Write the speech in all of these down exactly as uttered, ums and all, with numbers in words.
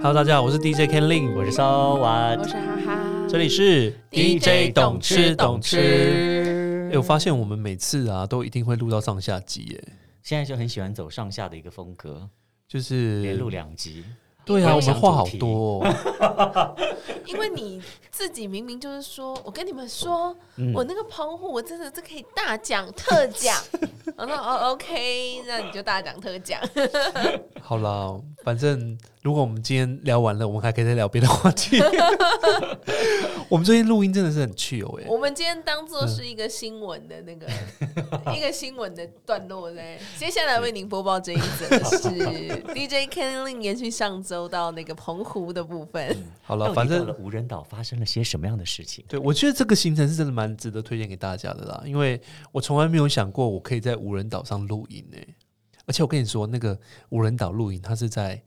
Hello， 大家好，我是 D J Ken Lin， 我是烧完， 我是哈哈， 这里是 D J 懂吃懂吃。哎，我发现我们每次啊都一定会录到上下集耶， 现在就很喜欢走上下的一个风格， 就是连录两集。 对啊，我们话好多哦。 因为你自己明明就是说，我跟你们说，嗯、我那个澎湖我真的是可以大讲特讲。我说哦 ，OK， 那你就大讲特讲。 好啦，反正如果我们今天聊完了，我们还可以再聊别的话题。我们最近录音真的是很chill哎。 我们今天当做是一个新闻的那个、嗯、一个新闻的段落嘞。接下来为您播报这一则是 D J Ken Lin 延续上周到那个澎湖的部分。嗯、 好了，反正无人岛发生了些什么样的事情？ 对，我觉得这个行程是真的蛮值得推荐给大家的啦，因为我从来没有想过我可以在无人岛上露营诶，而且我跟你说，那个无人岛露营它是在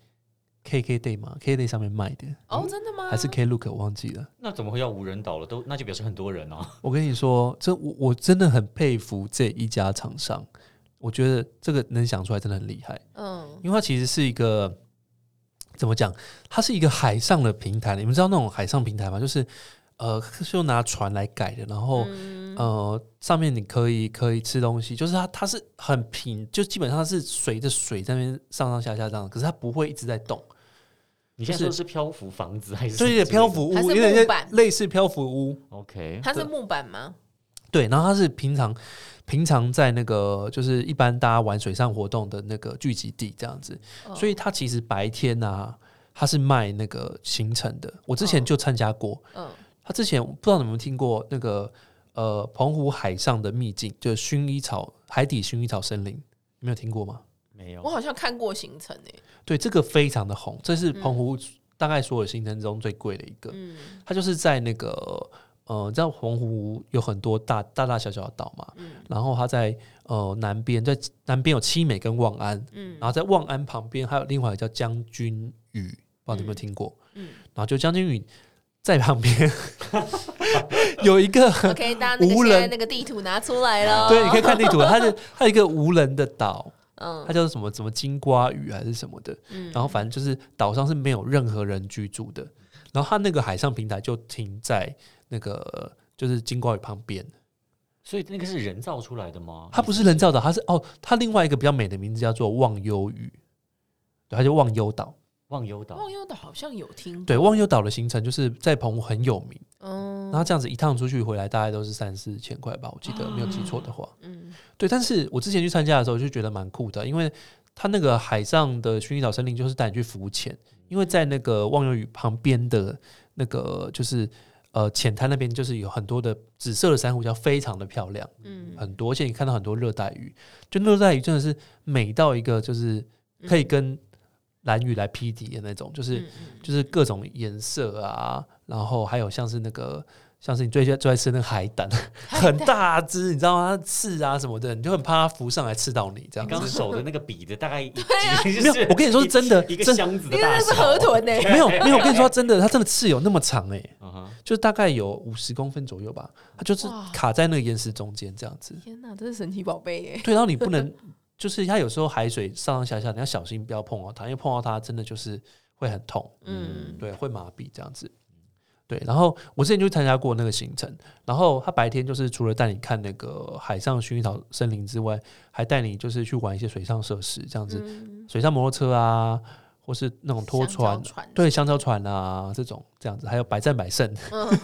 K K Day 嘛 ，K K Day 上面卖的哦，真的吗？ 还是 Klook 我忘记了。 那怎么会叫无人岛了？都那就表示很多人哦。 我跟你说，这我我真的很佩服这一家厂商，我觉得这个能想出来真的很厉害。嗯，因为它其实是一个怎么讲？它是一个海上的平台，你们知道那种海上平台吗？就是呃，是用拿船来改的，然后、嗯、呃，上面你可以可以吃东西，就是它它是很平，就基本上是随着水在那边上上下下这样，可是它不会一直在动。 你现在说的是漂浮房子还是？ 对，漂浮屋，有点类似漂浮屋。 OK， 它是木板吗？ 对，然后它是平常平常在那个就是一般大家玩水上活动的那个聚集地这样子，哦、所以它其实白天啊，它是卖那个行程的。我之前就参加过，嗯。嗯他之前不知道你们有没有听过那个呃澎湖海上的秘境，就是薰衣草海底薰衣草森林，你没有听过吗？ 没有， 我好像看过行程诶。 对，这个非常的红，这是澎湖大概所有行程中最贵的一个。嗯，它就是在那个呃，知道澎湖有很多大大大小小的岛嘛，嗯、然后它在呃南边，在南边有七美跟望安，嗯，然后在望安旁边还有另外一个叫将军屿，不知道你有没有听过？嗯，然后就将军屿。在旁边有一个 OK， 大家那个现在那个地图拿出来了， 对，你可以看地图，它就它有一个无人的岛，嗯，它叫做什么什么金瓜屿还是什么的，嗯，然后反正就是岛上是没有任何人居住的，然后它那个海上平台就停在那个就是金瓜屿旁边， 所以那个是人造出来的吗？ 它不是人造的，它是哦，它另外一个比较美的名字叫做忘忧屿，对，它叫忘忧岛。 忘忧岛， 忘忧岛好像有听过。 对，忘忧岛的行程就是在澎湖很有名，嗯，然后这样子一趟出去回来大概都是三四千块吧，我记得没有记错的话，嗯，对。但是我之前去参加的时候就觉得蛮酷的，因为它那个海上的薰衣草森林就是带你去浮潜，因为在那个忘忧屿旁边的那个就是呃浅滩那边就是有很多的紫色的珊瑚礁，非常的漂亮，嗯，很多，而且你看到很多热带鱼，就热带鱼真的是美到一个就是可以跟蓝屿来匹敌的那种，就是、嗯嗯、就是各种颜色啊，然后还有像是那个像是你最最爱吃的那个海胆，很大只，你知道吗？它刺啊什么的，你就很怕它浮上来刺到你这样子。 你刚手的那个比的大概一， 没有，我跟你说是真的， 一个箱子的大小， 那是河豚哎、 欸，没有没有，我跟你说真的，它真的刺有那么长哎、欸， uh-huh. 就大概有五十公分左右吧，它就是卡在那个岩石中间这样子。 天哪，这是神奇宝贝耶！ 对，然后你不能。就是它有时候海水上上下下，你要小心不要碰到它，因为碰到它真的就是会很痛，嗯，对，会麻痹这样子。对，然后我之前就参加过那个行程，然后他白天就是除了带你看那个海上薰衣草森林之外，还带你就是去玩一些水上设施，这样子，嗯、水上摩托车啊，或是那种拖船，对，香蕉船啊这种这样子，还有百战百胜。嗯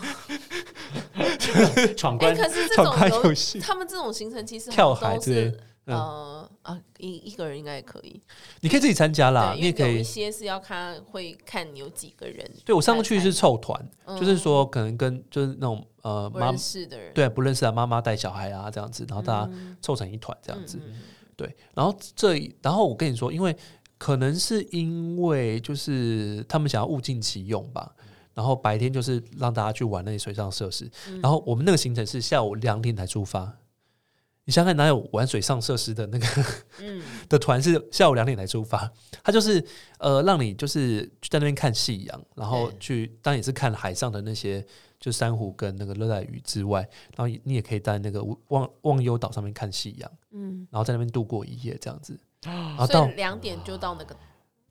闯关， 欸、可是这种游戏，他们这种行程其实跳海之类。 嗯、呃啊，一一个人应该也可以， 你可以自己参加啦。你也可以， 有一些是要看会看有几个人。 对，我上去是凑团、嗯，就是说可能跟就是那种呃不认识的人， 对，不认识的妈妈带小孩啊这样子，然后大家凑成一团这样子、嗯。对，然后这然后我跟你说，因为可能是因为就是他们想要物尽其用吧。然后白天就是让大家去玩那些水上设施、嗯，然后我们那个行程是下午两点才出发。你想想看，哪有玩水上设施的那个、嗯、的团是下午两点才出发？他就是呃，让你就是在那边看夕阳，然后去当然也是看海上的那些就珊瑚跟那个热带鱼之外，然后你也可以在那个忘忘忧岛上面看夕阳，嗯，然后在那边度过一夜这样子。然后到所以两点就到那个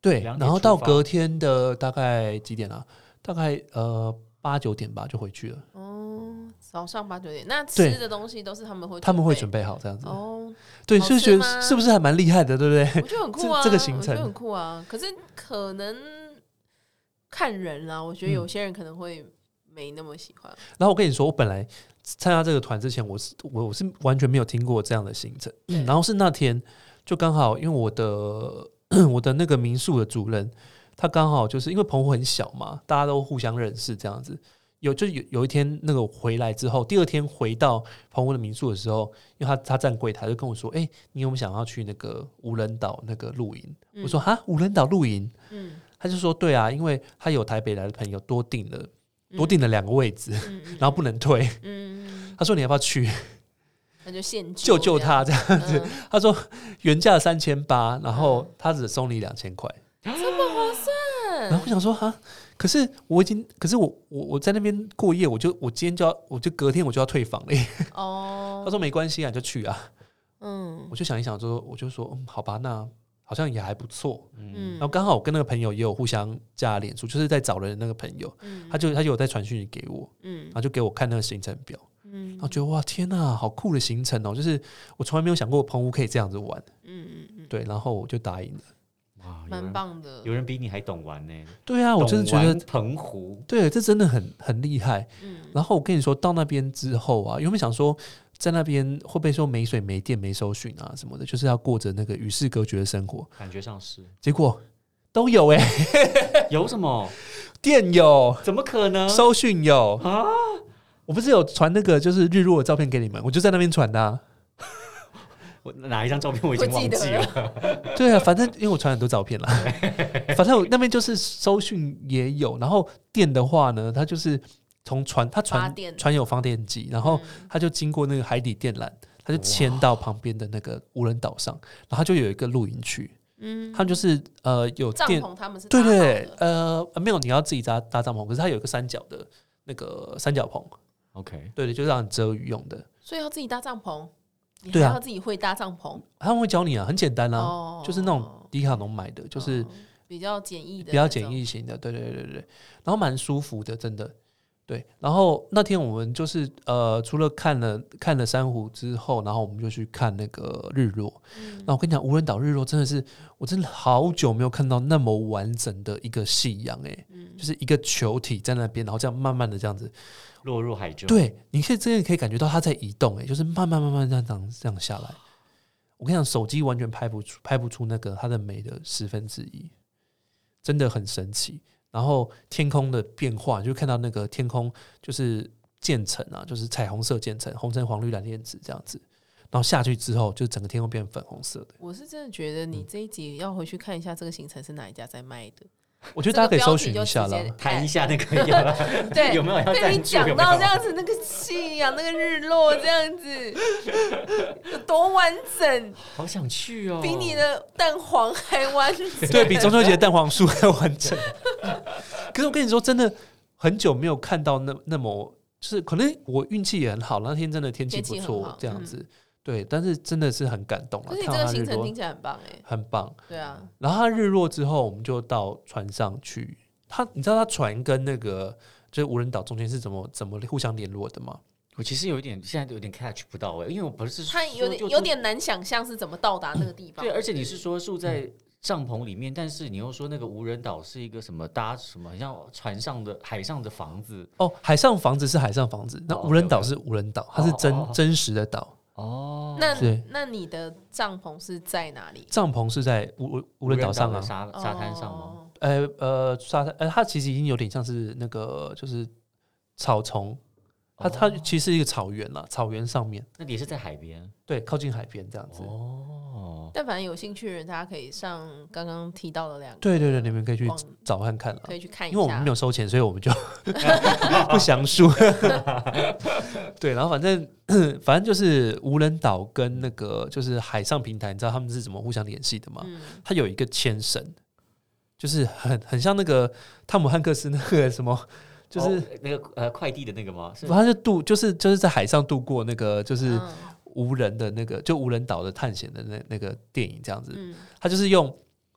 对，然后到隔天的大概几点啊？大概呃八九点吧就回去了。 哦，早上八九点，那吃的东西都是他们会他们会准备好这样子。 哦， 对，所以觉得是不是还蛮厉害的，对不对？ 我觉得很酷啊， 这, 这个行程我觉得很酷啊。可是可能看人啦，我觉得有些人可能会没那么喜欢。嗯、 然后我跟你说，我本来参加这个团之前，我是我我是完全没有听过这样的行程。嗯、然后是那天就刚好，因为我的我的那个民宿的主人，他刚好就是因为澎湖很小嘛，大家都互相认识这样子。有就有有一天那个回来之后，第二天回到澎湖的民宿的时候，因为他他站柜台就跟我说：“哎、欸，你有没有想要去那个无人岛那个露营？”嗯、我说：“哈，无人岛露营？”嗯，他就说：“对啊，因为他有台北来的朋友多订了多订了两个位置，嗯、然后不能退。嗯”他说：“你要不要去？” 那就现救救他这样子。嗯、他说原价三千八，然后他只收你两千块， 这么划算。 然后我想说哈。可是我已经，可是我我我在那边过夜，我就我今天就要，我就隔天我就要退房了耶。哦，他说没关系啊，你就去啊。嗯，我就想一想说，我就说，嗯，好吧，那好像也还不错。嗯，然后刚好我跟那个朋友也有互相加脸书，就是在找人的那个朋友，嗯、他就他就有在传讯息给我，嗯，然后就给我看那个行程表，嗯，然后觉得哇天哪，好酷的行程哦，就是我从来没有想过澎湖可以这样子玩。嗯嗯嗯，对，然后我就答应了。 蛮棒的， 有人比你还懂玩呢。 对啊，我真的觉得澎湖， 对，这真的很很厉害。嗯，然后我跟你说，到那边之后啊，有没有想说，在那边会不会说没水、没电、没收讯啊什么的，就是要过着那个与世隔绝的生活？ 感觉上是， 结果都有哎、欸， 有什么？ 电有？ 怎么可能？ 收讯有啊？我不是有传那个就是日落的照片给你们，我就在那边传的、啊。 我哪一张照片我已经忘记了。 对啊，反正因为我传很多照片啦，反正我那边就是收讯也有，然后电的话呢，它就是从船，它船船有发电机，然后它就经过那个海底电缆，它就牵到旁边的那个无人岛上，然后它就有一个露营区。嗯，他们就是呃有电帐篷，他们是对对对呃没有，你要自己搭搭帐篷，可是它有一个三角的那个三角棚 ，OK， 对对，就是让你遮雨用的， 所以要自己搭帐篷。你对啊， 要自己会搭帐篷， 他们会教你啊，很简单啊，哦、就是那种迪卡侬买的，就是、哦、 比较简易的， 比较简易型的，对对对对对，然后蛮舒服的，真的。对，然后那天我们就是呃，除了看了看了珊瑚之后，然后我们就去看那个日落。嗯、那我跟你讲，无人岛日落真的是，我真的好久没有看到那么完整的一个夕阳哎、欸，嗯、就是一个球体在那边，然后这样慢慢的这样子。 落入海中， 对，你可以真的可以感觉到它在移动，哎，就是慢慢慢慢这样这样下来。我跟你讲，手机完全拍不出拍不出那个它的美的十分之一，真的很神奇。然后天空的变化，就看到那个天空就是渐层啊，就是彩虹色渐层，红橙黄绿蓝靛紫这样子。然后下去之后，就整个天空变粉红色的。 我是真的觉得你这一集要回去看一下这个行程是哪一家在卖的。 我觉得大家可以搜寻一下啦， 谈一下那个有对有没有要赞助？ 被你讲到这样子，那个夕阳、那个日落这样子，有多完整？ 好想去哦！ 比你的蛋黄还完整， 对比中秋节的蛋黄酥还完整。可是我跟你说，真的很久没有看到那那么，就是可能我运气也很好，那天真的天气不错，这样子。嗯对，但是真的是很感动啊！ 可是你这个行程听起来很棒哎、欸， 很棒。 对啊， 然后它日落之后，我们就到船上去。它，你知道它船跟那个就是无人岛中间是怎么怎么互相联络的吗？ 我其实有一点现在有点 catch 不到哎、欸，因为我不是它有点有点难想象是怎么到达那个地方。 对，而且你是说住在帐篷里面，嗯、但是你又说那个无人岛是一个什么搭什么，很像船上的海上的房子哦，海上房子是海上房子，那无人岛是无人岛，它是真、哦、真实的岛。 哦， 那那你的帐篷是在哪里？ 帐篷是在无无人岛上啊， 沙沙滩上吗？ 呃呃，沙滩呃，它其实已经有点像是那个就是草丛，它、哦、它其实是一个草原啦，草原上面。 那也是在海边？ 对，靠近海边这样子。 哦，但反正有兴趣的人，大家可以上刚刚提到的两个。 对对对，你们可以去找看看了， 可以去看一下。 因为我们没有收钱，所以我们就不详述。对，然后反正反正就是无人岛跟那个就是海上平台，你知道他们是怎么互相联系的吗？嗯、它有一个牵绳，就是很很像那个汤姆汉克斯那个什么。就是、哦、 那个呃快递的那个吗？ 是，他是渡，就是就是在海上度过那个就是无人的那个就无人岛的探险的那那个电影这样子，嗯、他就是用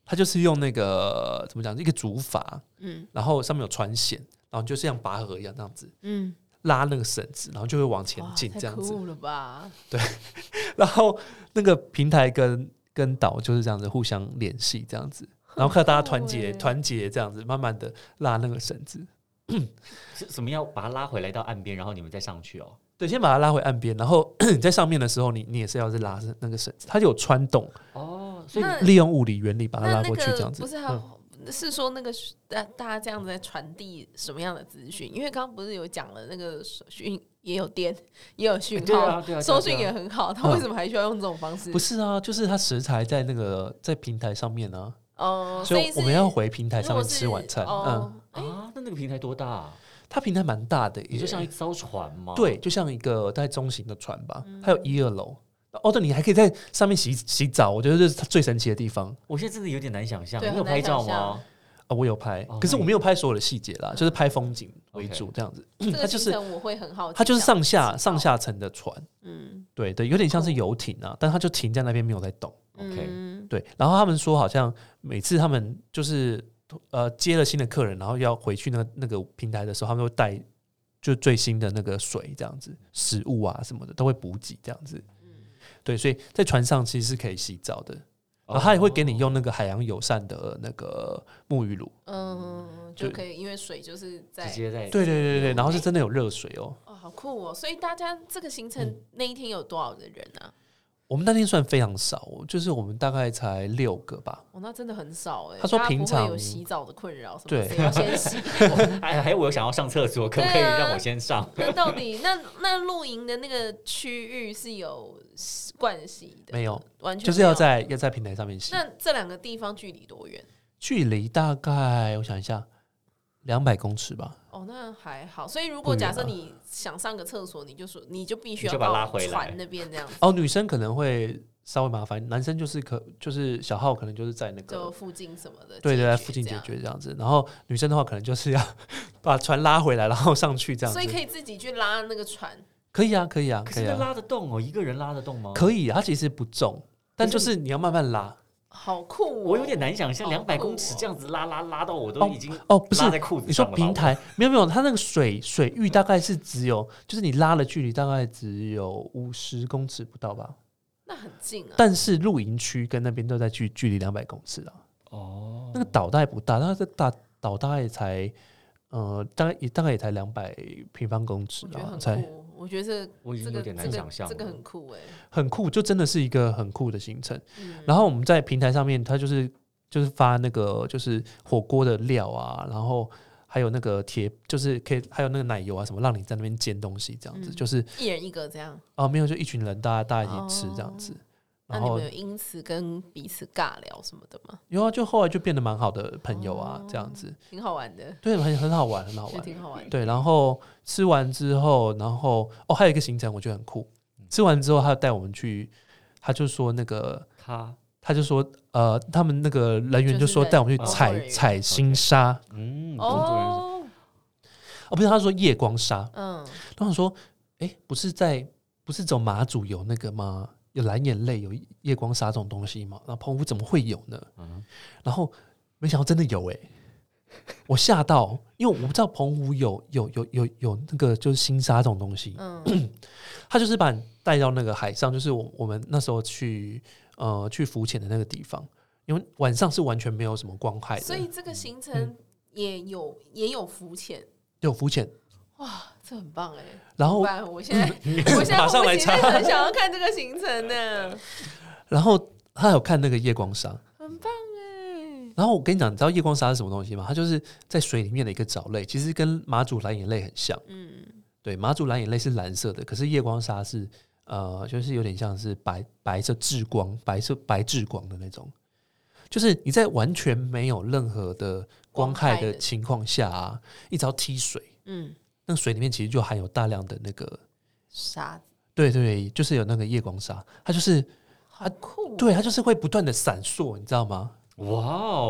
它就是用那个怎么讲，一个竹筏，嗯，然后上面有船舷，然后就像拔河一样这样子，嗯，拉那个绳子，然后就会往前进，这样子。 太酷了吧？ 对，然后那个平台跟跟岛就是这样子互相联系，这样子，然后看大家团结团结这样子，慢慢的拉那个绳子。 是什么要把它拉回来到岸边，然后你们再上去哦？ 对，先把它拉回岸边，然后你在上面的时候，你你也是要是拉那个绳子，它就有穿洞哦， 所以利用物理原理把它拉过去，这样子。 不是还有、嗯、是说那个大大家这样子在传递什么样的资讯？因为刚刚不是有讲了那个讯也有电也有讯号， 啊啊啊、 收讯也很好，他为什么还需要用这种方式？ 嗯、不是啊，就是它食材在那个在平台上面啊。 哦， 所以我们要回平台上面吃晚餐。 哦、 嗯啊，那那个平台多大、啊？ 它平台蛮大的， 也就像一艘船吗？ 对，就像一个大概中型的船吧。嗯、它有一二楼。哦，对，你还可以在上面洗洗澡，我觉得这是它最神奇的地方。 我现在真的有点难想象，你有拍照吗？ 啊、我有拍，哦、可是我没有拍所有的细节啦，就是拍风景为主这样子。 嗯、它就是我会很好奇， 它就是上下上下层的船，嗯，对对，有点像是游艇啊，但它就停在那边没有在动。 OK，、 嗯、 对，然后他们说好像每次他们就是呃接了新的客人，然后要回去那个那个平台的时候，他们会带就最新的那个水这样子，食物啊什么的都会补给这样子。嗯，对，所以在船上其实是可以洗澡的，然后他也会给你用那个海洋友善的那个沐浴乳， 嗯，就可以，因为水就是在直接在对对对对，然后是真的有热水哦。 哦，好酷哦！所以大家这个行程那一天有多少的人啊？ 我们那天算非常少，就是我们大概才六个吧。 哦，那真的很少哎、欸。 他说平常有洗澡的困扰， 对， 谁要先洗？ 还还有我有想要上厕所，可不可以让我先上？ 啊、那到底那那露营的那个区域是有盥洗的？ 没有， 完全就是要在要在平台上面洗。 那这两个地方距离多远？ 距离大概我想一下，两百公尺吧。 哦，那还好。所以如果假设你想上个厕所，你就说你就必须要到船那边这样子。 哦，女生可能会稍微麻烦，男生就是可就是小号可能就是在那个就附近什么的， 对对，在附近解决这样子。然后女生的话，可能就是要把船拉回来，然后上去这样子。 所以可以自己去拉那个船。 可以啊，可以啊， 可是拉得动哦，一个人拉得动吗？ 可以，它其实不重，但就是你要慢慢拉。 好酷、哦！ 我有点难想象两百公尺这样子拉拉拉到我都已经哦，不是拉在裤子上了。 你说平台没有没有，它那个水水域大概是只有，就是你拉的距离大概只有五十公尺不到吧？ 那很近啊。 但是露营区跟那边都在距距离两百公尺啊。 哦， 那个岛大概不大，它这大岛大概才呃大概也大概也才两百平方公尺啊，才。 我觉得这我已经有点难想象、 这个，这个很酷哎、欸， 很酷，就真的是一个很酷的行程。嗯、然后我们在平台上面，它就是就是发那个就是火锅的料啊，然后还有那个铁，就是可以还有那个奶油啊什么，让你在那边煎东西这样子，嗯、就是一人一个这样。 哦，没有，就一群人大家大家一起吃这样子。哦那你们有因此跟彼此尬聊什么的吗？ 有啊，就后来就变得蛮好的朋友啊，哦、这样子， 挺好玩的。 对，很很好玩，很好玩， 挺好玩的。 对，然后吃完之后，然后哦，还有一个行程我觉得很酷。吃完之后，他带我们去，他就说那个他， 他就说呃，他们那个人员就说带我们去采采星沙， 嗯， 哦， 哦，不是，他说夜光沙，嗯，然后说，哎，不是在不是走马祖有那个吗？有蓝眼泪，有夜光沙这种东西嘛？然后澎湖怎么会有呢？嗯、然后没想到真的有哎、欸，我吓到，因为我不知道澎湖有有有有有那个就是星沙这种东西。嗯，他就是把你带到那个海上，就是我我们那时候去呃去浮潜的那个地方，因为晚上是完全没有什么光害的， 所以这个行程也有、嗯、也有浮潜， 有浮潜。 哇，这很棒哎！ 然后我现在，我现在马上来查， 很想要看这个行程呢。 然后他有看那个夜光沙， 很棒哎。 然后我跟你讲，你知道夜光沙是什么东西吗？它就是在水里面的一个藻类，其实跟马祖蓝眼泪很像。嗯，对，马祖蓝眼泪是蓝色的，可是夜光沙是呃，就是有点像是白白色质光、白色白质光的那种。就是你在完全没有任何的光害的情况下啊，一直要踢水，嗯。那水里面其实就含有大量的那个沙子， 对对，就是有那个夜光沙，它就是好酷、哦， 对，它就是会不断的闪烁，你知道吗？ 哇哦，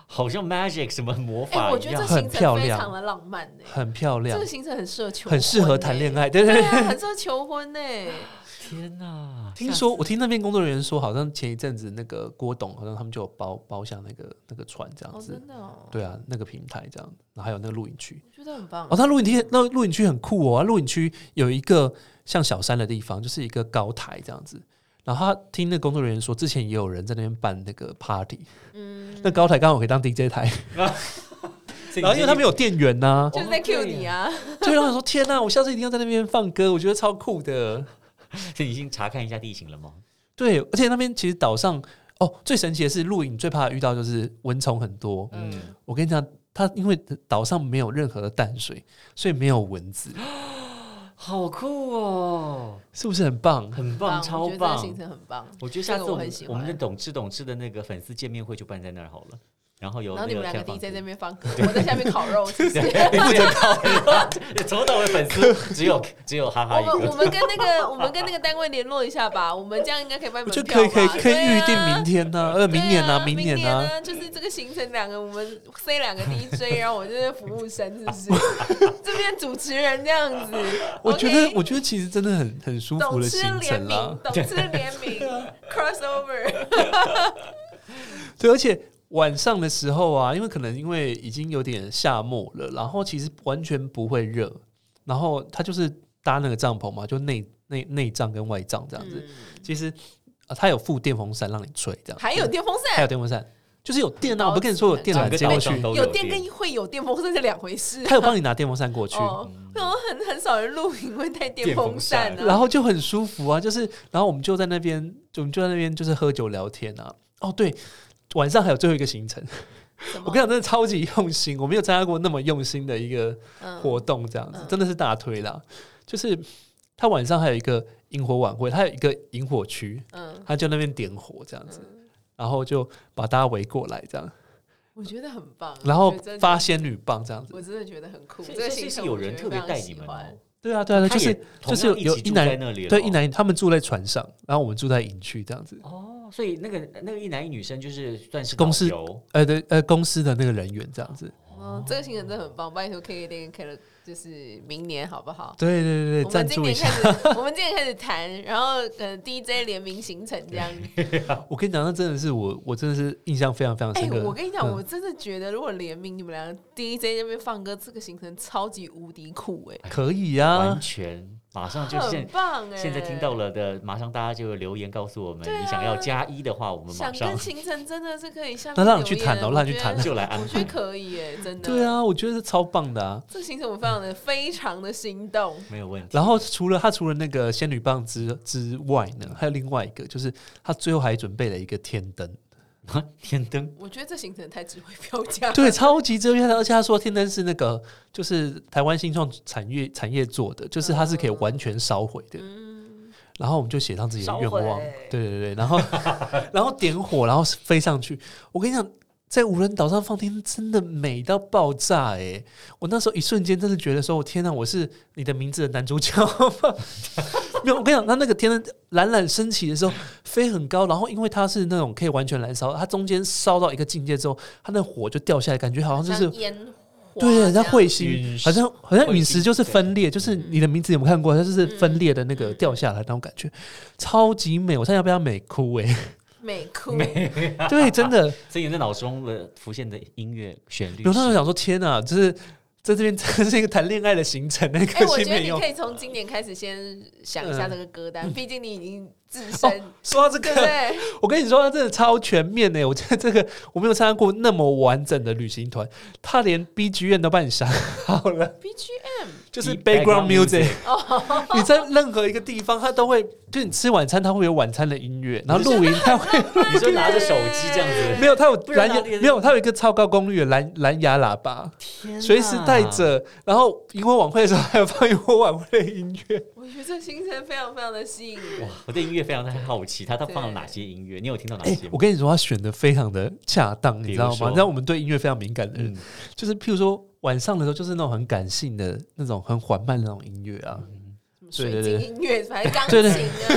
好像 magic 什么魔法一样， 欸、我觉得这行程非常的浪漫呢、欸， 很漂亮。 这个行程很适合求婚、欸， 很适合谈恋爱，对对对, 对, 对、啊，很适合求婚呢、欸。 天哪！ 听说我听那边工作人员说，好像前一阵子那个郭董，好像他们就有包包下那个那个船这样子， 哦、真的哦。 对啊，那个平台这样，然后还有那个露营区， 我觉得很棒。 哦，它露营区那露营区很酷哦，露营区有一个像小山的地方，就是一个高台这样子。然后他听那个工作人员说，之前也有人在那边办那个 party，嗯，那高台刚好可以当 D J 台。然后因为他们有店员呐、啊， 就是在 cue 你啊， 就让他说天哪、啊，我下次一定要在那边放歌，我觉得超酷的。 你已经查看一下地形了吗？ 对，而且那边其实岛上哦，最神奇的是露营最怕遇到就是蚊虫很多。嗯，我跟你讲，它因为岛上没有任何的淡水，所以没有蚊子。 好酷哦， 是不是很棒？ 很棒，超棒！我觉得这个行程很棒。 我觉得下次我们、 这个、 我, 我们的懂吃懂吃的那个粉丝见面会就办在那儿好了。然后有， 然后你们两个 D J 在那边放歌，我在下面烤肉，是不是？ 负责烤肉，从头到尾粉丝只有只有哈哈一个。 我们我们跟那个我们跟那个单位联络一下吧，我们这样应该可以卖门票吧？ 就可以可以可以预定明天呢、啊，呃，明年啊，明年啊，呢就是这个行程两个我们塞两个 D J， 然后我就是服务生，是不是？这边主持人这样子， 我觉得我觉得其实真的很很舒服的行程啦， 懂吃联名 crossover， 对，而且。晚上的时候啊，因为可能因为已经有点夏末了，然后其实完全不会热，然后他就是搭那个帐篷嘛，就内内内帐跟外帐这样子。嗯、其实啊，他有附电风扇让你吹，这样还有电风扇， 还有电风扇，就是有电啊！我不跟你说有电缆接过去， 有电跟会有电风扇是两回事。 他有帮你拿电风扇过去， 哦、嗯、很很少人露营会带电风扇、啊， 然后就很舒服啊。就是然后我们就在那边，我们就在那边就是喝酒聊天啊。哦，对。晚上还有最后一个行程，我跟你讲，真的超级用心，我没有参加过那么用心的一个活动，这样子、嗯、真的是大推啦。就是他晚上还有一个萤火晚会，他有一个萤火区，嗯，他就那边点火这样子、嗯，然后就把大家围过来这样。 我觉得很棒， 然后发仙女棒这样子， 我真的觉得很酷。 这个行程有人特别带你们哦。 对啊，对啊，就是就是有一男一对一男，他们住在船上，然后我们住在营区这样子。 哦，所以那个那个一男一女生就是算是公司呃对呃公司的那个人员这样子。 哦，这个行程真的很棒，拜托 K K 店开了，就是明年好不好？ 对对对对，赞助一下。 我们今年开始谈，然后呃 D J 联名行程这样。 我跟你讲，那真的是我我真的是印象非常非常深刻。 哎、欸，我跟你讲、嗯，我真的觉得如果联名，你们两个 D J 那边放歌，这个行程超级无敌酷哎、 欸！可以啊， 完全。马上就现很棒哎！ 现在听到了的，马上大家就留言告诉我们，啊、你想要加一的话，我们马上。 想跟行程真的是可以下面那让你去谈哦，让你去谈， 就来安排。 我觉得可以耶，真的。 对啊，我觉得超棒的啊！ 这行程我非常的非常的心动， 没有问题。 然后除了他除了那个仙女棒之之外呢，还有另外一个，就是他最后还准备了一个天灯。 天灯， 我觉得这行程太值回票价， 对，超级值回票价。而且他说天灯是那个，就是台湾新创产业产业做的，就是它是可以完全烧毁的。嗯，然后我们就写上自己的愿望，对对对，然后然后点火，然后飞上去。我跟你讲，在无人岛上放天真的美到爆炸哎、欸！我那时候一瞬间真的觉得说，我天哪，我是你的名字的男主角吗？没有，我跟你讲，它那个天灯冉冉升起的时候飞很高，然后因为它是那种可以完全燃烧，它中间烧到一个境界之后，它那火就掉下来，感觉好像就是烟花， 对，像彗星，好像好像陨石就是分裂，就是你的名字有没有看过？它就是分裂的那个掉下来那种感觉，超级美，我差点要被它美哭哎、欸。 美哭， 对，真的。 所以你在脑中的浮现的音乐旋律， 有那时候想说，天哪，就是在这边真是一个谈恋爱的行程。那个， 哎、欸，我觉得你可以从今年开始先想一下这个歌单，毕、嗯、竟你已经自身、哦。 说到这个，对我跟你说，他真的超全面的。我觉得这个我没有参加过那么完整的旅行团，他连 B G M 都帮你想好了。 B G M 就是 background music， 你在任何一个地方，他都会，就你吃晚餐，他会有晚餐的音乐，然后露营他会， 你就拿着手机这样子， 没有，他有蓝牙，没有，他有一个超高功率的蓝蓝牙喇叭，随时带着，然后萤火晚会的时候还有放萤火晚会的音乐。 我觉得这行程非常非常的吸引人。 哇，我对音乐非常的好奇，他他放了哪些音乐？你有听到哪些吗？ 欸？我跟你说，他选的非常的恰当，你知道吗？你知道我们对音乐非常敏感的人，嗯、就是譬如说。晚上的时候就是那种很感性的那种很缓慢的那种音乐啊， 嗯、什么水晶音乐还是钢琴啊，或者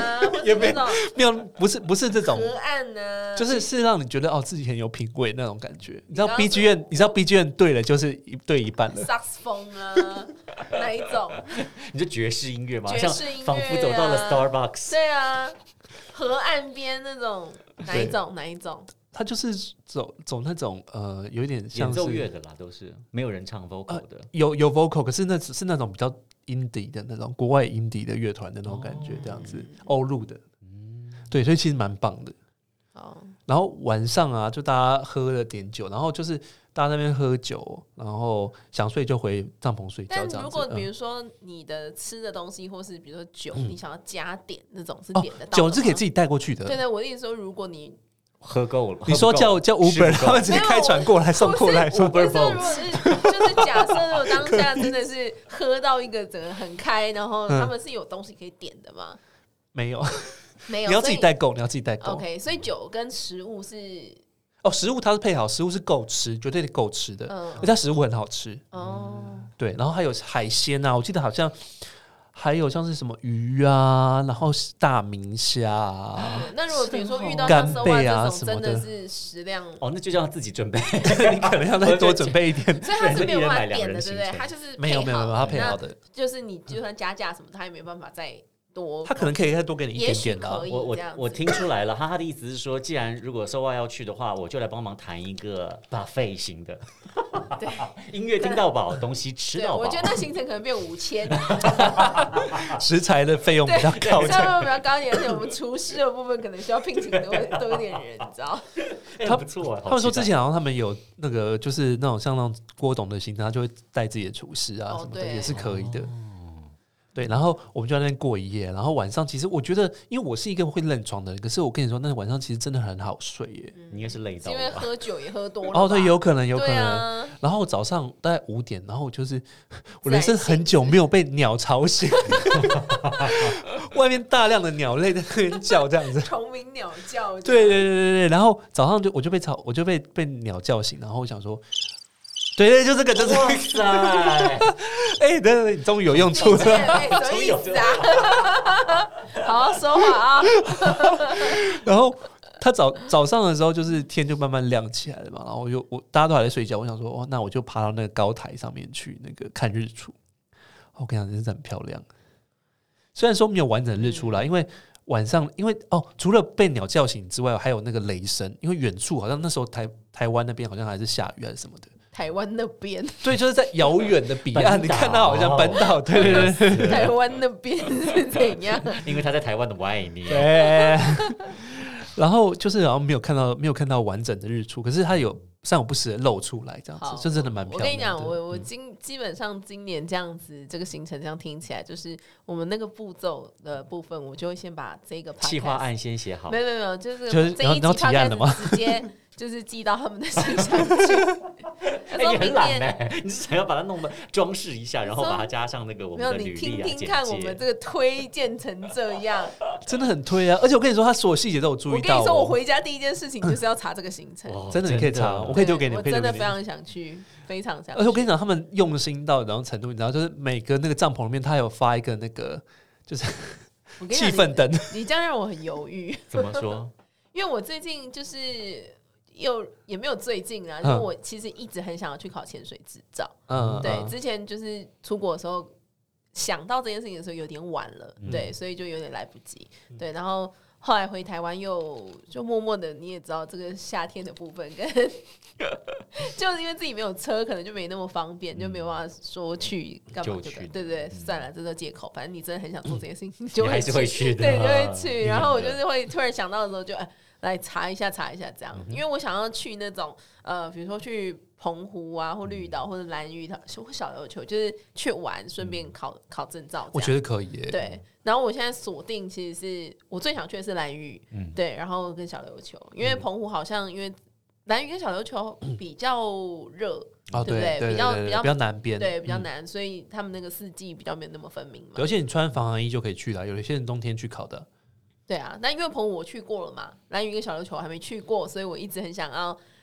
是那种没有不是不是这种河岸呢， 就是是让你觉得哦自己很有品味那种感觉。你知道刚刚 B G M 你知道 B G M 对了就是一对一半了。 萨克斯风啊，哪一种？ 你就爵士音乐嘛， 爵士音乐啊像仿佛走到了 Starbucks。 对啊，河岸边那种哪一种？哪一种？ 他就是走走那种呃，有一点像是演奏乐的啦，都是没有人唱 vocal 的， 呃、有有 vocal， 可是那只是那种比较 indie 的那种国外 indie 的乐团的那种感觉，这样子欧陆的，嗯，对，所以其实蛮棒的。 哦， 然后晚上啊，就大家喝了点酒，然后就是大家在那边喝酒，然后想睡就回帐篷睡觉。 但如果比如说你的吃的东西，或是比如说酒， 嗯、 你想要加点那种是点得到的、 哦、酒是可以自己带过去的。 对对，我的意思说，如果你喝够了， 你说叫叫 Uber， 他们直接开船过来送过来。 Uber Boat， 如果是就是假设，如果当下真的是喝到一个整个很开，然后他们是有东西可以点的吗？ 嗯、没有， 没有， 你要自己带够，你要自己带够。 OK， 所以酒跟食物是哦，食物它是配好，食物是够吃，绝对得够吃的，嗯、而且它食物很好吃。哦，对，然后还有海鲜啊，我记得好像。还有像是什么鱼啊，然后大明虾啊， 那如果比如说遇到干贝啊什么的，真的是食量哦，那就叫他自己准备， 你可能要再多准备一点。 所以他是没有办法点的，对不对？他就是没有没有没有，他配好的， 就是你就算加价什么，他也没办法再多。 他可能可以再多给你一点点的。 我我我听出来了，他他的意思是说，既然如果收外要去的话，我就来帮忙谈一个 buffet 型的。 对， 音乐听到饱，东西吃到饱。 我觉得那行程可能变五千， 食材的费用比较高， 费用比较高一点，而且我们厨师的部分可能需要聘请多多一点人，你知道？ 他不错， 他们说之前好像他们有那个就是那种像那种郭董的行程，他就会带自己的厨师啊什么的，也是可以的。对，然后我们就在那边过一夜，然后晚上其实我觉得，因为我是一个会认床的人，可是我跟你说，那晚上其实真的很好睡耶。 嗯、你应该是累到了吧， 因为喝酒也喝多了。 哦，对，有可能，有可能。 啊、 然后早上大概五点，然后就是我人生很久没有被鸟吵醒，外面大量的鸟类在那边叫，这样子， 虫鸣鸟叫。 对对对对对，然后早上就我就被吵，我就被被鸟叫醒，然后我想说。对对，就这个，就这个。哇塞！哎，等等，你终于有用处了。 什么意思啊？好好说话啊！ 然后他早早上的时候，就是天就慢慢亮起来了嘛，然后我就我大家都还在睡觉，我想说，哦，那我就爬到那个高台上面去那个看日出。我跟你讲，真是很漂亮。虽然说没有完整日出啦，因为晚上，因为哦，除了被鸟叫醒之外，还有那个雷声，因为远处好像那时候台台湾那边好像还是下雨还是什么的。 台湾那边， 对，就是在遥远的彼岸，你看到好像本岛，对对对， 台湾那边是怎样？ 因为他在台湾的外面。 对。然后就是好像没有看到没有看到完整的日出，可是它有三五不时的露出来，这样子，就真的蛮漂亮的。 我跟你讲，我我今基本上今年这样子，这个行程这样听起来，就是我们那个步骤的部分，我就会先把这个企划案先写好。 没有没有没有，就是就是这一集 podcast 直接。就是寄到他们的信箱去。 哎、欸，你很懒呢，你是想要把它弄得装饰一下，然后把它加上那个我们的履历啊、 没有，你听听看，我们这个推荐成这样， 真的很推啊！而且我跟你说，他所有细节都有注意到、哦。 我跟你说，我回家第一件事情就是要查这个行程。 哦、真的，你可以查，我可以丢给你。 我真的非常想去，非常想去。 而且我跟你讲，他们用心到然后程度，你知道，就是每个那个帐篷里面，他有发一个那个就是气氛灯。 你这样让我很犹豫。 怎么说？ 因为我最近就是。又也没有最近啦，因为我其实一直很想要去考潜水执照。嗯，对，之前就是出国的时候想到这件事情的时候有点晚了，嗯、对，所以就有点来不及。对，然后后来回台湾又就默默的，你也知道这个夏天的部分跟就是因为自己没有车，可能就没那么方便，就没有办法说去干嘛就对对对，算了，这是借口。反正你真的很想做这件事情，你就会还是会去的， 对，就会去。然后我就是会突然想到的时候就哎。来查一下，查一下这样， 嗯、 因为我想要去那种呃，比如说去澎湖啊，或绿岛，或者兰屿，或小琉球，就是去玩，顺便考、嗯、考证照。 我觉得可以耶。 对，然后我现在锁定，其实是我最想去的是兰屿，嗯、对，然后跟小琉球，因为澎湖好像因为兰屿跟小琉球比较热。 哦， 对不对？ 对， 比较比较比较南边， 对，比较南，嗯、所以他们那个四季比较没有那么分明嘛。 而且你穿防寒衣就可以去了，有一些人冬天去考的。 对啊，但因为澎湖我去过了嘛，兰屿跟小琉球我还没去过，所以我一直很想要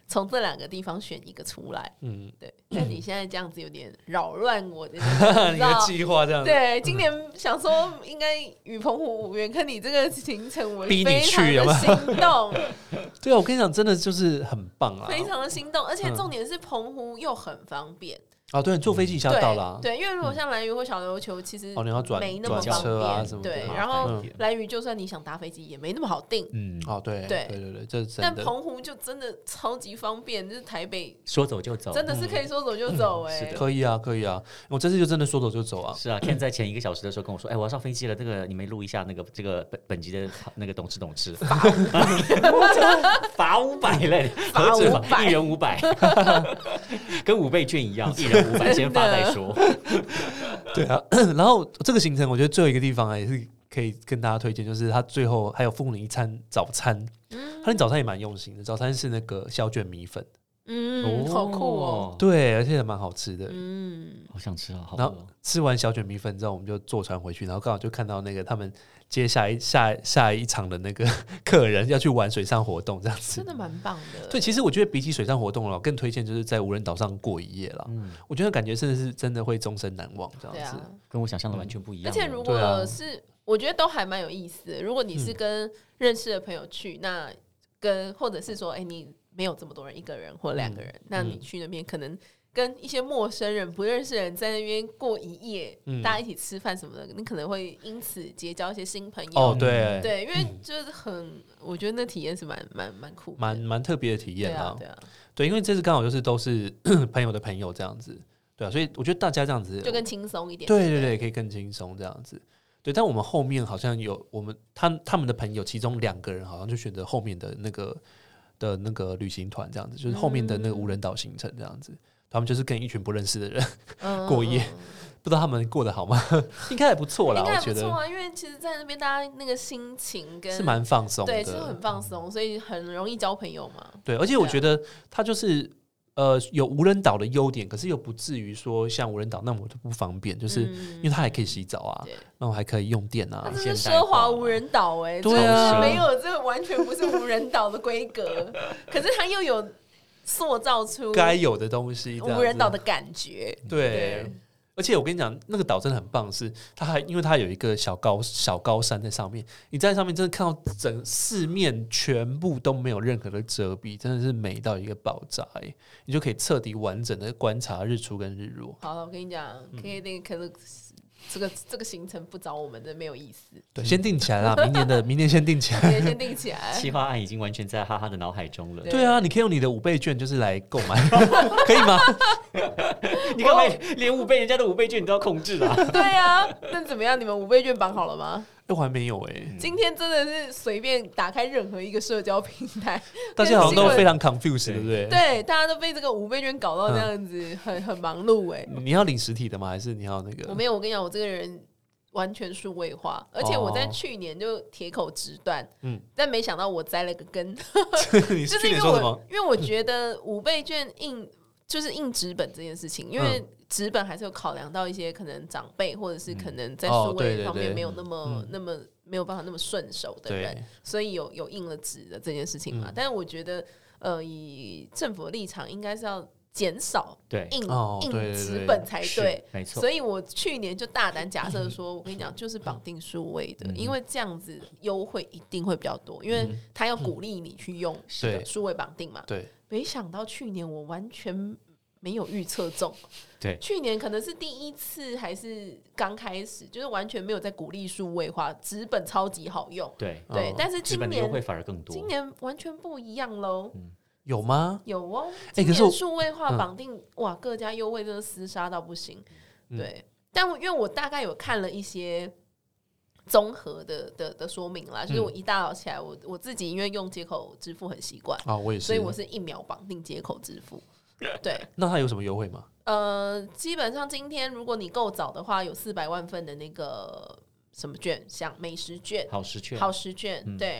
从这两个地方选一个出来。 嗯， 对。但你现在这样子有点扰乱我的你的计划，这样子。 对，今年想说应该与澎湖无缘，可你这个行程我逼你去， 非常的心动。 对啊，我跟你讲，真的就是很棒啊， 非常的心动，而且重点是澎湖又很方便。 啊，对，坐飞机一下到了。 对，因为如果像兰屿或小琉球，其实没那么方便啊什么的。 对，然后兰屿就算你想搭飞机，也没那么好订。 嗯， 哦，对，对对对，这是真的。但澎湖就真的超级方便，就是台北说走就走， 真的是可以说走就走哎。 可以啊，可以啊，我这次就真的说走就走啊。 是啊 ，Ken 在前一个小时的时候跟我说，哎，我要上飞机了，这个你们录一下那个这个本本集的那个懂吃懂吃，罚五百嘞， 罚五百， 一人五百，跟五倍券一样，一人五百，先发再说。 对啊，然后这个行程我觉得最后一个地方也是可以跟大家推荐，就是他最后还有附你一餐早餐，他的早餐也蛮用心的，早餐是那个小卷米粉。 嗯，好酷哦！ 对，而且也蛮好吃的。 嗯，好想吃啊！好。 然后吃完小卷米粉之后，我们就坐船回去，然后刚好就看到那个他们接下一下下一场的那个客人要去玩水上活动，这样子真的蛮棒的。 对，其实我觉得比起水上活动了，更推荐就是在无人岛上过一夜了。嗯，我觉得感觉真的是真的会终身难忘，这样子， 啊、 跟我想象的完全不一样。 而且如果是，我觉得都还蛮有意思的。如果你是跟认识的朋友去，嗯、那跟或者是说，哎、欸，你。没有这么多人，一个人或两个人，嗯、那你去那边可能跟一些陌生人、不认识的人在那边过一夜，嗯、大家一起吃饭什么的，你可能会因此结交一些新朋友。 哦，对对，因为就是很，嗯、我觉得那体验是蛮蛮蛮酷的， 蛮蛮特别的体验啊。 对啊， 对，因为这次刚好就是都是朋友的朋友这样子，对啊，所以我觉得大家这样子就更轻松一点。 对对对，可以更轻松这样子。对，但我们后面好像有我们他他们的朋友，其中两个人好像就选择后面的那个。的那个旅行团这样子，就是后面的那个无人岛行程这样子，嗯、他们就是跟一群不认识的人、嗯、过夜，不知道他们过得好吗？应该还不错啦， 应该还不错啊，因为其实，在那边大家那个心情跟是蛮放松的， 对，是很放松，所以很容易交朋友嘛。 对，而且我觉得他就是呃有无人岛的优点，可是又不至于说像无人岛那么的不方便，就是因为它还可以洗澡啊，然后还可以用电啊， 这是奢华无人岛哎、欸， 对啊， 没有这个完全不是无人岛的规格，可是它又有塑造出该有的东西， 无人岛的感觉， 对。 对， 而且我跟你讲，那个岛真的很棒，是它还因为它有一个小高小高山在上面，你在上面真的看到整四面全部都没有任何的遮蔽，真的是美到一个爆炸哎！你就可以彻底完整的观察日出跟日落。 好了，我跟你讲，可以那个可这个这个行程不找我们的没有意思。 对，先定起来啦，明年的明年先定起来， 明年先定起来。 企划案已经完全在哈哈的脑海中了。 对, 对啊，你可以用你的五倍券就是来购买，可以吗？ 你干嘛连五倍人家的五倍券你都要控制啊？ 对啊，那怎么样？你们五倍券绑好了吗？ 我还没有哎、欸。 今天真的是随便打开任何一个社交平台， 大家好像都非常 confused， 对不对？ 对，大家都被这个五倍券搞到这样子，嗯、很很忙碌哎、 欸。你要领实体的吗？还是你要那个？ 我没有，我跟你讲，我这个人完全数位化，而且我在去年就铁口直断，嗯，但没想到我栽了个根。 你是去年说什么？ 因为我觉得五倍券印就是印纸本这件事情，因为纸本还是有考量到一些可能长辈或者是可能在数位方面没有那么、哦、对对对那么没有办法那么顺手的人，所以有有印了纸的这件事情嘛。嗯、但是我觉得，呃，以政府的立场，应该是要减少印、 哦、 印纸本才对， 没错。 所以我去年就大胆假设说，我跟你讲，就是绑定数位的，嗯、因为这样子优惠一定会比较多，因为他要鼓励你去用数位绑定嘛。 对， 没想到去年我完全没有预测中。 对， 去年可能是第一次还是刚开始，就是完全没有在鼓励数位化，纸本超级好用。 对对，哦、但是今年优惠反而更多， 今年完全不一样喽。嗯有吗？ 有哦，今年数位化绑定、欸嗯、哇，各家优惠真的厮杀到不行。嗯、对，但因为我大概有看了一些综合的的的说明啦，嗯、就是我一大早起来，我我自己因为用接口支付很习惯啊，我也是， 所以我是一秒绑定接口支付。对， 那它有什么优惠吗？ 呃，基本上今天如果你够早的话，有四百万份的那个什么券，像美食券、 好食券、 好食券，嗯、对。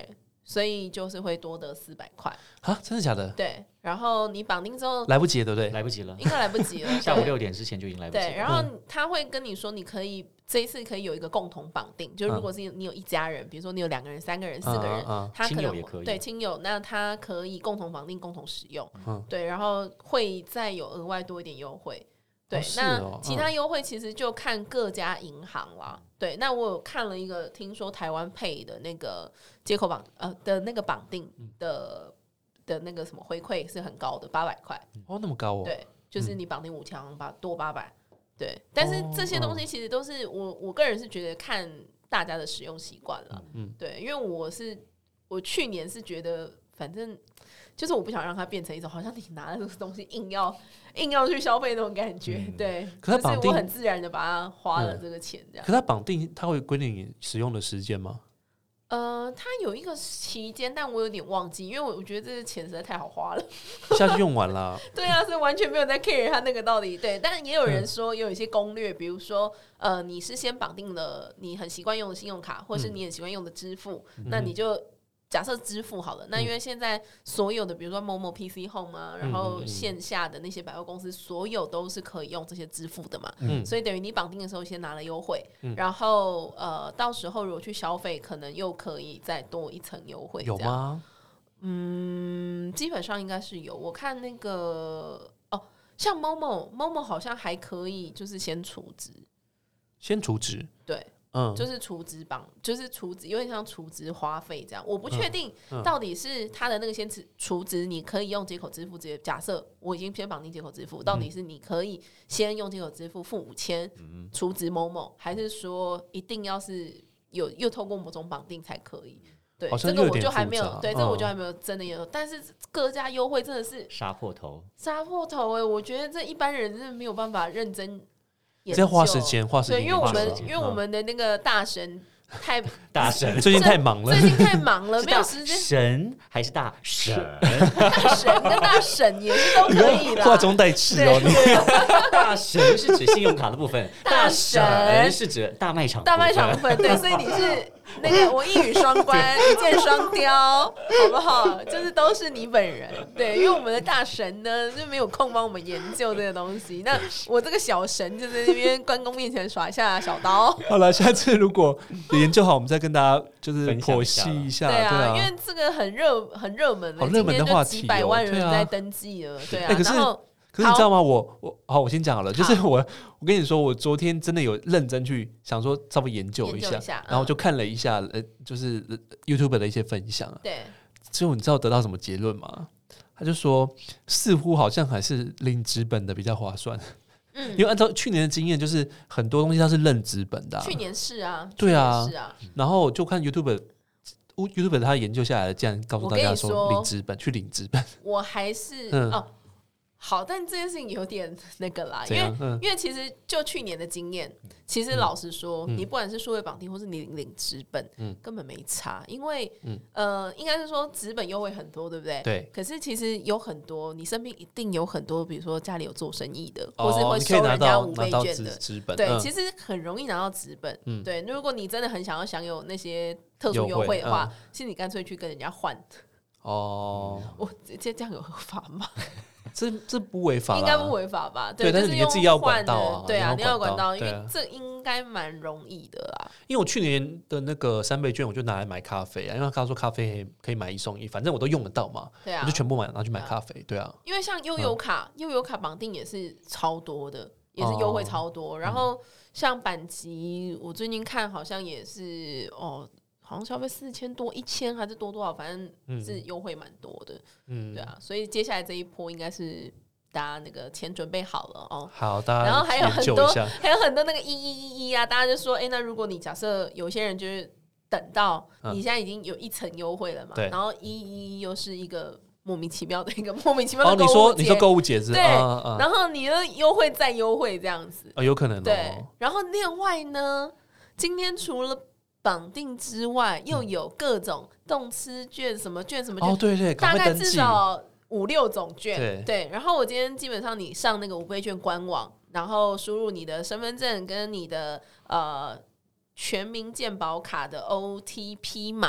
所以就是会多得四百块啊，真的假的？ 对，然后你绑定之后来不及了，对不对？ 来不及了， 应该来不及了， 下午六点之前就已经来不及了。 对，然后他会跟你说，你可以这一次可以有一个共同绑定，就如果是你有一家人，比如说你有两个人、三个人、四个人， 嗯嗯、 他可能亲友也可以对亲友，那他可以共同绑定、共同使用， 嗯、 对，然后会再有额外多一点优惠。对， 哦那其他优惠其实就看各家银行啦。对，那我有看了一个，听说台湾 Pay 的那个接口绑呃的那个绑定的、嗯、的那个什么回馈是很高的，八百块。 哦，那么高哦。 对，就是你绑定五强，把多八百。对，但是这些东西其实都是我我个人是觉得看大家的使用习惯了。嗯，对，因为我是我去年是觉得反正。就是我不想让它变成一种好像你拿了这个东西硬要硬要去消费那种感觉，嗯、对。 可是绑定， 就是我很自然的把它花了这个钱，这样。 嗯、可是它绑定，它会规定你使用的时间吗？ 呃，它有一个期间，但我有点忘记，因为我觉得这个钱实在太好花了， 一下就用完了。 对啊，所以完全没有在 care 它那个到底对。但也有人说，有一些攻略，比如说呃，你是先绑定了你很习惯用的信用卡，或是你很习惯用的支付，嗯、那你就。假设支付好了，那因为现在所有的，比如说某某 P C Home 啊，然后线下的那些百货公司，所有都是可以用这些支付的嘛。嗯，所以等于你绑定的时候先拿了优惠，嗯、然后呃，到时候如果去消费，可能又可以再多一层优惠。 有吗？ 嗯，基本上应该是有。我看那个哦，像某某某某好像还可以，就是先储值， 先储值， 对。 嗯， 就是储值绑，就是储值，有点像储值花费这样。我不确定到底是他的那个先储值，你可以用接口支付直接。假设我已经先绑定接口支付，到底是你可以先用接口支付付五千储值某某，还是说一定要是有又透过某种绑定才可以？对，这个我就还没有，对，这个我就还没有真的有。但是各家优惠真的是杀破头， 杀破头哎、欸！我觉得这一般人真的没有办法认真。 要花时间，花时间。 对，因为我们因为我们的那个大神太大神， 最近太忙了， 最近太忙了，没有时间。 神还是大神？ 大神跟大神也是都可以的。 话中带刺哦，你大神是指信用卡的部分，大神是指大卖场大卖场部分。对，所以你是那个我一语双关，一箭双雕，好不好？就是都是你本人。对，因为我们的大神呢就没有空帮我们研究这个东西，那我这个小神就在那边关公面前耍一下小刀。 好了，下次如果研究好，我们再跟大家就是剖析一下。 对啊， 对啊， 因为这个很热很热门， 好热门的话题， 几百万人在登记了。对啊， 欸、可是然后可是你知道吗？我我好，我先讲好了，就是我我跟你说，我昨天真的有认真去想说，稍微研究一下， 一下嗯、 然后就看了一下，呃，就是 YouTube 的一些分享啊。 对， 最后你知道得到什么结论吗？他就说，似乎好像还是领纸本的比较划算。嗯，因为按照去年的经验，就是很多东西它是认纸本的、啊。 去年是啊， 对啊， 是啊。 然后就看 YouTube，YouTube 他研究下来，竟然告诉大家说领纸本，去领纸本。 我还是、嗯、哦。好，但这件事情有点那个啦，因为、嗯、因为其实就去年的经验，其实老实说，嗯、你不管是数位绑定或是你领纸本、嗯，根本没差，因为、嗯、呃，应该是说纸本优惠很多，对不对？ 对。 可是其实有很多，你身边一定有很多，比如说家里有做生意的， 哦、 或是会收人家五倍券的纸本， 对、 嗯， 其实很容易拿到纸本。嗯，对。如果你真的很想要享有那些特殊优惠的话，嗯、其实你干脆去跟人家换。 哦， 我这这样有合法吗？ 这这不违法， 应该不违法吧？ 对， 但是你自己要管道啊， 对啊，你要管道， 因为这应该蛮容易的啦。 因为我去年的那个三倍券，我就拿来买咖啡啊，因为他说咖啡可以买一送一，反正我都用得到嘛， 对啊， 我就全部买拿去买咖啡，对啊。 因为像悠游卡，悠游卡绑定也是超多的，也是优惠超多。然后像板级，我最近看好像也是哦。好像消费四千多，一千还是多多少，反正是优惠蛮多的，嗯，对啊，所以接下来这一波应该是大家那个钱准备好了哦。 好，大家然后还有很多，还有很多那个一一一一啊，大家就说，哎、欸，那如果你假设有些人就是等到你现在已经有一层优惠了嘛， 嗯、 然后一一一又是一个莫名其妙的一个莫名其妙的购物节， 哦，你说你说购物节是对、 啊啊， 然后你的优惠再优惠这样子， 啊、哦，有可能、哦、 对，然后另外呢，今天除了绑定之外，又有各种动吃券、什么券、什么券， 哦，对对， 大概至少五六种券， 对对。然后我今天基本上你上那个五倍券官网，然后输入你的身份证跟你的呃全民健保卡的 O T P 码，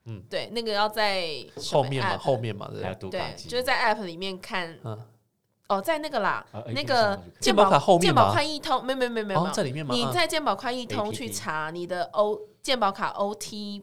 嗯， 对，那个要在后面嘛，后面嘛，对， 还有读卡对， 机， 就是在 App 里面看。 嗯， 哦，在那个啦， 啊那个健保卡后面吗？ 健保快易通，没没没没有， 哦，在里面吗？ 你在健保快易通 A P P 去查你的 O 健保卡 O T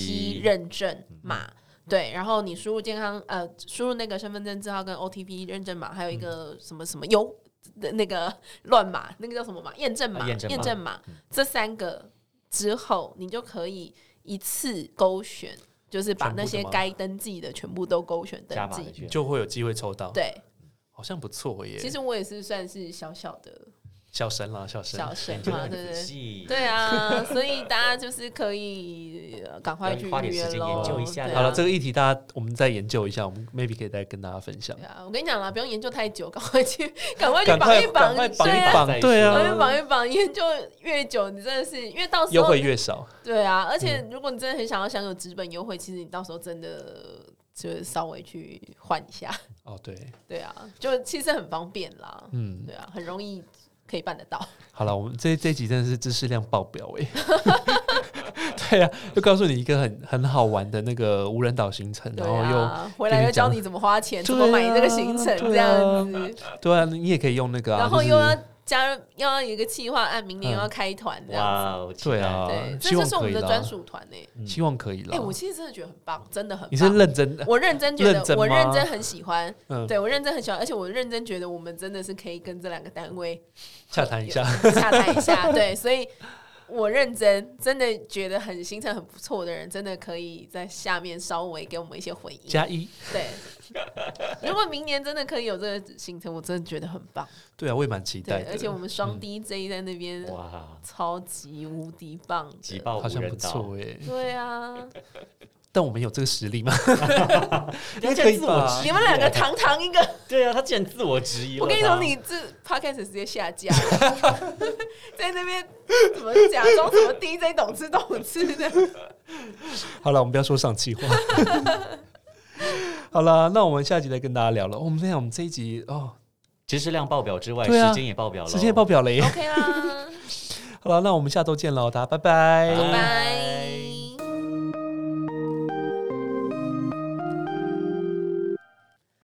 P 认证码。对，然后你输入健康呃，输入那个身份证字号跟 O T P 认证码，还有一个什么什么优的那个乱码，那个叫什么码？验证码， 啊验证码验证码，这三个之后，你就可以一次勾选，就是把那些该登记的全部都勾选登记， 就会有机会抽到。 对， 好像不错耶。 其实我也是算是小小的。 小神啦，小神， 小神嘛，对不对？对啊，所以大家就是可以赶快去花点时间研究一下。 好了，这个议题大家我们再研究一下，我们 maybe 可以再跟大家分享。 对啊，我跟你讲啦，不用研究太久，赶快去，赶快去绑一绑， 绑一绑，对啊， 赶快绑一绑，研究越久，你真的是因为到时候优惠越少。 对啊，而且如果你真的很想要享有纸本优惠，其实你到时候真的就稍微去换一下。 哦，对， 对啊，就其实很方便啦， 嗯， 对啊，很容易。可以办得到。 好了，我们这这一集真的是知识量爆表哎、欸！对啊，就告诉你一个很很好玩的那个无人岛行程，然后又、 啊、回来又教你怎么花钱，啊、怎么买这个行程，这样子。 对啊，你也可以用那个、啊， 然后又要加入，又要有一个企划案，明年又要开团这样子。 对啊， 对，这就是我们的专属团诶， 希望可以了。 哎、欸，我其实真的觉得很棒，真的很棒。 你是认真的？ 我认真觉得，认我认真很喜欢。嗯，对我认真很喜欢，而且我认真觉得我们真的是可以跟这两个单位洽谈一下， 洽谈一下。对，所以我认真，真的觉得很行程很不错的人，真的可以在下面稍微给我们一些回应。 加一。 对，如果明年真的可以有这个行程，我真的觉得很棒。 对啊，我也蛮期待的。 而且我们双 D J 在那边，哇、嗯，超级无敌棒， 极爆好像不错哎。 对啊。 但我们有这个实力吗？ 你可以吧？ 你们两个堂堂一个， 对啊，他竟然自我质疑了。 我跟你说，你这 podcast 直接下架，在那边怎么假装什么 D J 懂吃懂吃的？ 好了，我们不要说上气话。好了，那我们下集再跟大家聊了。哦、我们分享我们这一集哦， 知识量爆表之外， 啊、 时间也爆表了， 时间也爆表了耶。 OK 啦， 好了，那我们下周见喽，大家拜拜， 拜拜。